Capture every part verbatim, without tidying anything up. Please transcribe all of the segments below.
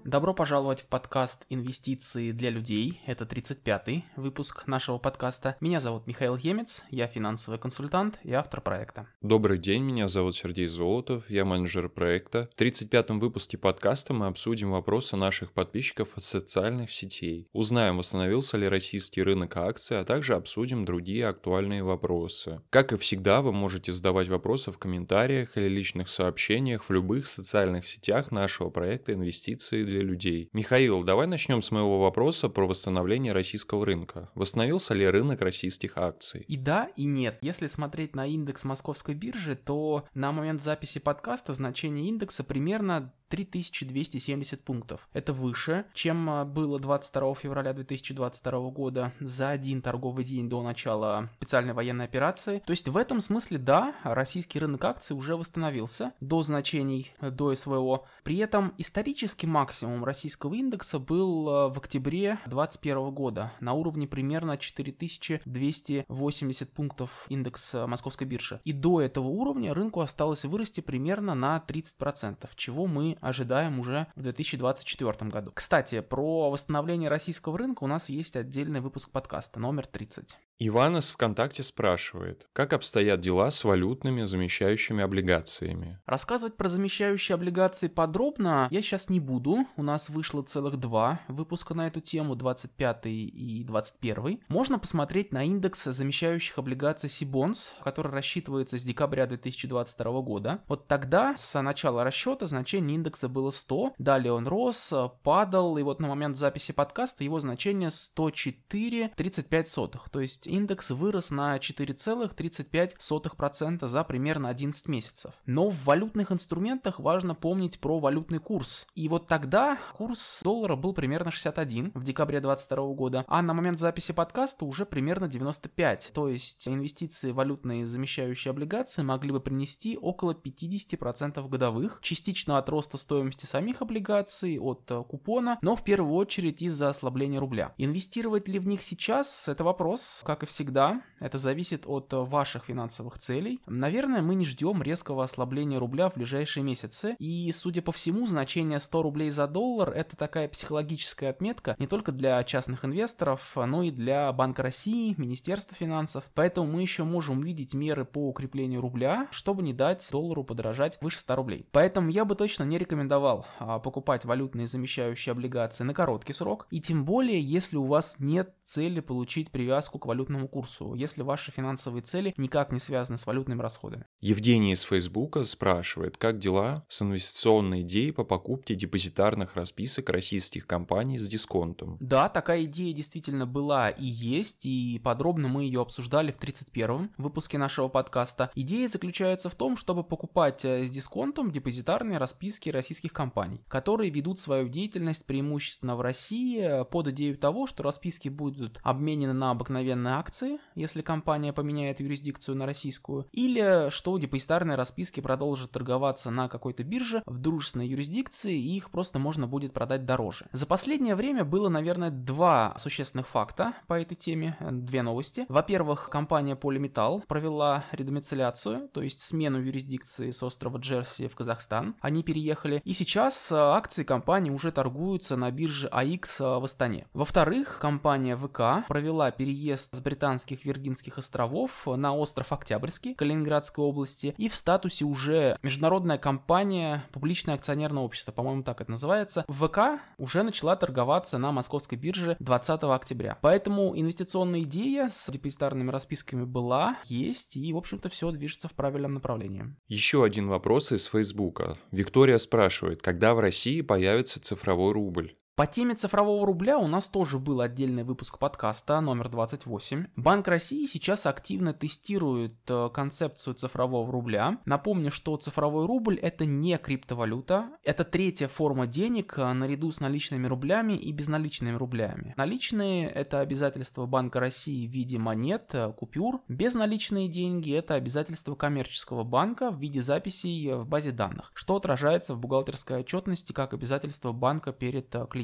Добро пожаловать в подкаст «Инвестиции для людей». Это тридцать пятый выпуск нашего подкаста. Меня зовут Михаил Емец, я финансовый консультант и автор проекта. Добрый день, меня зовут Сергей Золотов, я менеджер проекта. В тридцать пятом выпуске подкаста мы обсудим вопросы наших подписчиков от социальных сетей. Узнаем, восстановился ли российский рынок акций, а также обсудим другие актуальные вопросы. Как и всегда, вы можете задавать вопросы в комментариях или личных сообщениях в любых социальных сетях нашего проекта «Инвестиции для людей». Михаил, давай начнем с моего вопроса про восстановление российского рынка. Восстановился ли рынок российских акций? И да, и нет. Если смотреть на индекс Московской биржи, то на момент записи подкаста значение индекса примерно три тысячи двести семьдесят пунктов. Это выше, чем было двадцать второго февраля две тысячи двадцать второго года за один торговый день до начала специальной военной операции. То есть в этом смысле, да, российский рынок акций уже восстановился до значений до СВО. При этом исторический максимум российского индекса был в октябре две тысячи двадцать первого года на уровне примерно четыре тысячи двести восемьдесят пунктов индекс Московской биржи. И до этого уровня рынку осталось вырасти примерно на тридцать процентов, чего мы ожидаем уже в две тысячи двадцать четвёртом году. Кстати, про восстановление российского рынка у нас есть отдельный выпуск подкаста, номер тридцать. Иван из ВКонтакте спрашивает, как обстоят дела с валютными замещающими облигациями? Рассказывать про замещающие облигации подробно я сейчас не буду. У нас вышло целых два выпуска на эту тему, двадцать пятый и двадцать первый. Можно посмотреть на индекс замещающих облигаций Сибонс, который рассчитывается с декабря две тысячи двадцать второго года. Вот тогда, с начала расчета, значение индекса было сто, далее он рос, падал, и вот на момент записи подкаста его значение сто четыре целых тридцать пять сотых, то есть индекс вырос на четыре целых тридцать пять сотых процента за примерно одиннадцать месяцев. Но в валютных инструментах важно помнить про валютный курс. И вот тогда курс доллара был примерно шестьдесят один в декабре двадцать второго года, а на момент записи подкаста уже примерно девяносто пять. То есть инвестиции в валютные замещающие облигации могли бы принести около пятьдесят процентов годовых, частично от роста стоимости самих облигаций, от купона, но в первую очередь из-за ослабления рубля. Инвестировать ли в них сейчас – это вопрос, как и всегда, это зависит от ваших финансовых целей. Наверное, мы не ждем резкого ослабления рубля в ближайшие месяцы, и, судя по всему, значение сто рублей за доллар – это такая психологическая отметка не только для частных инвесторов, но и для Банка России, Министерства финансов. Поэтому мы еще можем увидеть меры по укреплению рубля, чтобы не дать доллару подорожать выше ста рублей. Поэтому я бы точно не рекомендовал а, покупать валютные замещающие облигации на короткий срок, и тем более, если у вас нет цели получить привязку к валютному курсу, если ваши финансовые цели никак не связаны с валютными расходами. Евгений из Фейсбука спрашивает, как дела с инвестиционной идеей по покупке депозитарных расписок российских компаний с дисконтом? Да, такая идея действительно была и есть, и подробно мы ее обсуждали в тридцать первом выпуске нашего подкаста. Идея заключается в том, чтобы покупать с дисконтом депозитарные расписки российских компаний, которые ведут свою деятельность преимущественно в России под идею того, что расписки будут обменены на обыкновенные акции, если компания поменяет юрисдикцию на российскую, или что депозитарные расписки продолжат торговаться на какой-то бирже в дружественной юрисдикции, и их просто можно будет продать дороже. За последнее время было, наверное, два существенных факта по этой теме, две новости. Во-первых, компания Polymetal провела редомицеляцию, то есть смену юрисдикции с острова Джерси в Казахстан. Они переехали, и сейчас акции компании уже торгуются на бирже эй икс в Астане. Во-вторых, компания вэ ка провела переезд с британских Виргинских островов на остров Октябрьский Калининградской области, и в статусе уже международная компания, публичное акционерное общество, по-моему, так это называется, вэ ка уже начала торговаться на московской бирже двадцатого октября. Поэтому инвестиционная идея с депозитарными расписками была, есть, и, в общем-то, все движется в правильном направлении. Еще один вопрос из Фейсбука. Виктория спрашивает, когда в России появится цифровой рубль? По теме цифрового рубля у нас тоже был отдельный выпуск подкаста номер двадцать восемь. Банк России сейчас активно тестирует концепцию цифрового рубля. Напомню, что цифровой рубль – это не криптовалюта, это третья форма денег наряду с наличными рублями и безналичными рублями. Наличные – это обязательства Банка России в виде монет, купюр. Безналичные деньги – это обязательства коммерческого банка в виде записей в базе данных, что отражается в бухгалтерской отчетности как обязательство банка перед клиентом.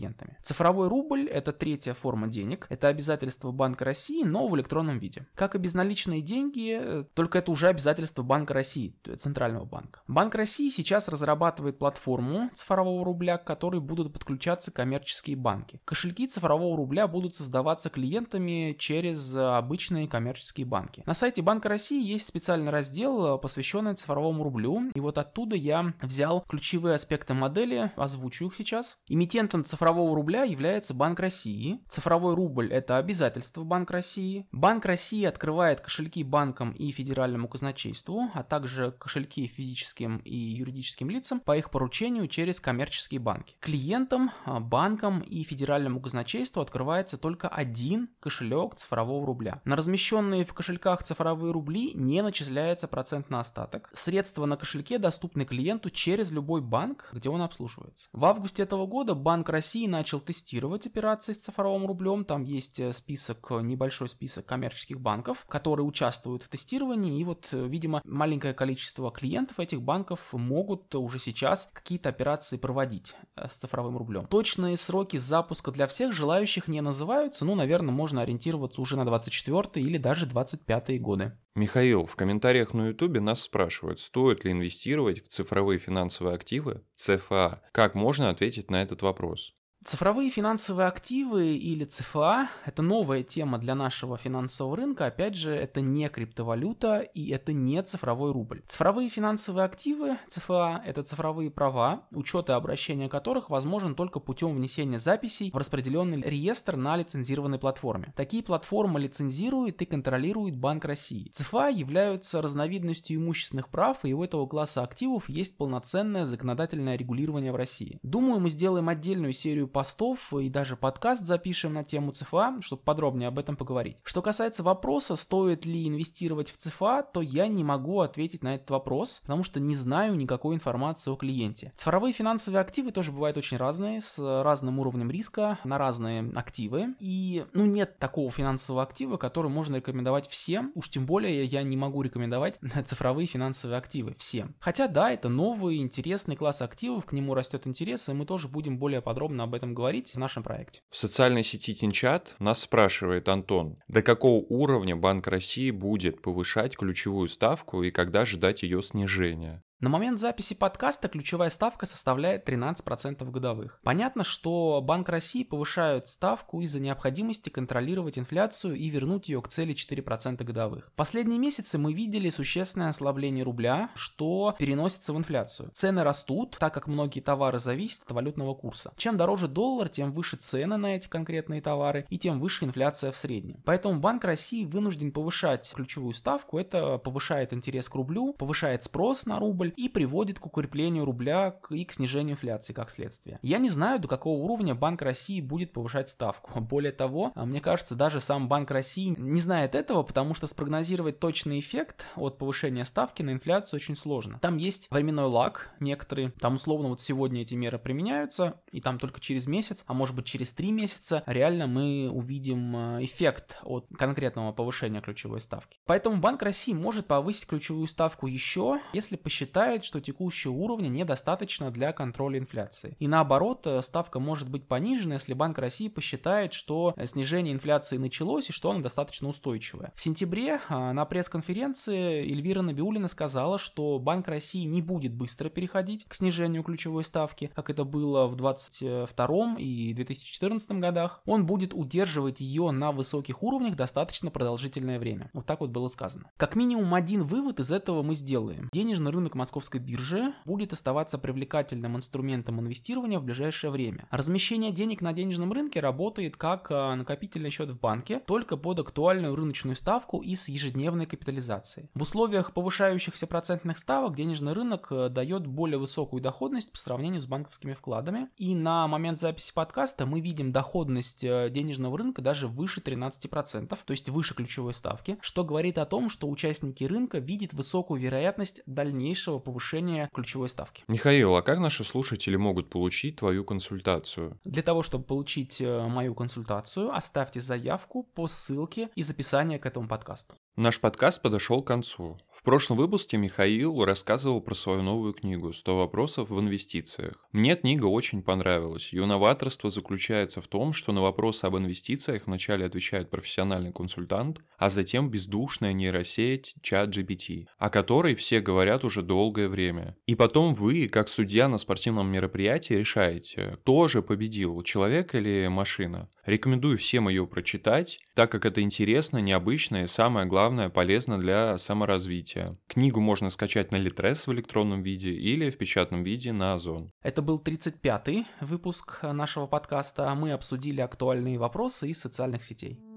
клиентами. Цифровой рубль – это третья форма денег, это обязательство Банка России, но в электронном виде. Как и безналичные деньги, только это уже обязательство Банка России, Центрального банка. Банк России сейчас разрабатывает платформу цифрового рубля, к которой будут подключаться коммерческие банки. Кошельки цифрового рубля будут создаваться клиентами через обычные коммерческие банки. На сайте Банка России есть специальный раздел, посвященный цифровому рублю, и вот оттуда я взял ключевые аспекты модели, озвучу их сейчас. Эмитентом цифрового рубля является Банк России. Цифровой рубль – это обязательство Банка России. Банк России открывает кошельки банкам и федеральному казначейству, а также кошельки физическим и юридическим лицам по их поручению через коммерческие банки. Клиентам, банкам и федеральному казначейству открывается только один кошелек цифрового рубля. На размещенные в кошельках цифровые рубли не начисляется процент на остаток. Средства на кошельке доступны клиенту через любой банк, где он обслуживается. В августе этого года Банк России начал тестировать операции с цифровым рублем. Там есть список, небольшой список коммерческих банков, которые участвуют в тестировании. И вот, видимо, маленькое количество клиентов этих банков могут уже сейчас какие-то операции проводить с цифровым рублем. Точные сроки запуска для всех желающих не называются. Ну, наверное, можно ориентироваться уже на двадцать четвёртый или даже двадцать пятый годы. Михаил, в комментариях на Ютубе нас спрашивают, стоит ли инвестировать в цифровые финансовые активы, ЦФА. Как можно ответить на этот вопрос? Цифровые финансовые активы или ЦФА – это новая тема для нашего финансового рынка. Опять же, это не криптовалюта и это не цифровой рубль. Цифровые финансовые активы, ЦФА – это цифровые права, учет и обращение которых возможен только путем внесения записей в распределенный реестр на лицензированной платформе. Такие платформы лицензирует и контролирует Банк России. ЦФА являются разновидностью имущественных прав, и у этого класса активов есть полноценное законодательное регулирование в России. Думаю, мы сделаем отдельную серию постов и даже подкаст запишем на тему ЦФА, чтобы подробнее об этом поговорить. Что касается вопроса, стоит ли инвестировать в ЦФА, то я не могу ответить на этот вопрос, потому что не знаю никакой информации о клиенте. Цифровые финансовые активы тоже бывают очень разные, с разным уровнем риска на разные активы. И ну, нет такого финансового актива, который можно рекомендовать всем. Уж тем более я не могу рекомендовать цифровые финансовые активы всем. Хотя да, это новый интересный класс активов, к нему растет интерес, и мы тоже будем более подробно об этом говорить в нашем проекте. В социальной сети Тинчат нас спрашивает Антон, до какого уровня Банк России будет повышать ключевую ставку и когда ждать ее снижения? На момент записи подкаста ключевая ставка составляет тринадцать процентов годовых. Понятно, что Банк России повышает ставку из-за необходимости контролировать инфляцию и вернуть ее к цели четыре процента годовых. Последние месяцы мы видели существенное ослабление рубля, что переносится в инфляцию. Цены растут, так как многие товары зависят от валютного курса. Чем дороже доллар, тем выше цены на эти конкретные товары и тем выше инфляция в среднем. Поэтому Банк России вынужден повышать ключевую ставку. Это повышает интерес к рублю, повышает спрос на рубль и приводит к укреплению рубля и к снижению инфляции как следствие. Я не знаю, до какого уровня Банк России будет повышать ставку. Более того, мне кажется, даже сам Банк России не знает этого, потому что спрогнозировать точный эффект от повышения ставки на инфляцию очень сложно. Там есть временной лаг некоторые, там условно вот сегодня эти меры применяются, и там только через месяц, а может быть через три месяца реально мы увидим эффект от конкретного повышения ключевой ставки. Поэтому Банк России может повысить ключевую ставку еще, если посчитает, что текущего уровня недостаточно для контроля инфляции. И наоборот, ставка может быть понижена, если Банк России посчитает, что снижение инфляции началось и что оно достаточно устойчивое. В сентябре на пресс-конференции Эльвира Набиуллина сказала, что Банк России не будет быстро переходить к снижению ключевой ставки, как это было в двадцать втором и две тысячи четырнадцатом годах. Он будет удерживать ее на высоких уровнях достаточно продолжительное время. Вот так вот было сказано. Как минимум один вывод из этого мы сделаем. Денежный рынок Московской биржи будет оставаться привлекательным инструментом инвестирования в ближайшее время. Размещение денег на денежном рынке работает как накопительный счет в банке, только под актуальную рыночную ставку и с ежедневной капитализацией. В условиях повышающихся процентных ставок денежный рынок дает более высокую доходность по сравнению с банковскими вкладами. И на момент записи подкаста мы видим доходность денежного рынка даже выше тринадцати процентов, то есть выше ключевой ставки, что говорит о том, что участники рынка видят высокую вероятность дальнейшего повышения ключевой ставки. Михаил, а как наши слушатели могут получить твою консультацию? Для того, чтобы получить мою консультацию, оставьте заявку по ссылке из описания к этому подкасту. Наш подкаст подошел к концу. В прошлом выпуске Михаил рассказывал про свою новую книгу «сто вопросов в инвестициях». Мне книга очень понравилась. Ее новаторство заключается в том, что на вопросы об инвестициях вначале отвечает профессиональный консультант, а затем бездушная нейросеть чат джи пи ти, о которой все говорят уже долгое время. И потом вы, как судья на спортивном мероприятии, решаете, кто же победил, человек или машина. Рекомендую всем ее прочитать, так как это интересно, необычно и, самое главное, полезно для саморазвития. Книгу можно скачать на Литрес в электронном виде или в печатном виде на Озон. Это был тридцать пятый выпуск нашего подкаста. Мы обсудили актуальные вопросы из социальных сетей.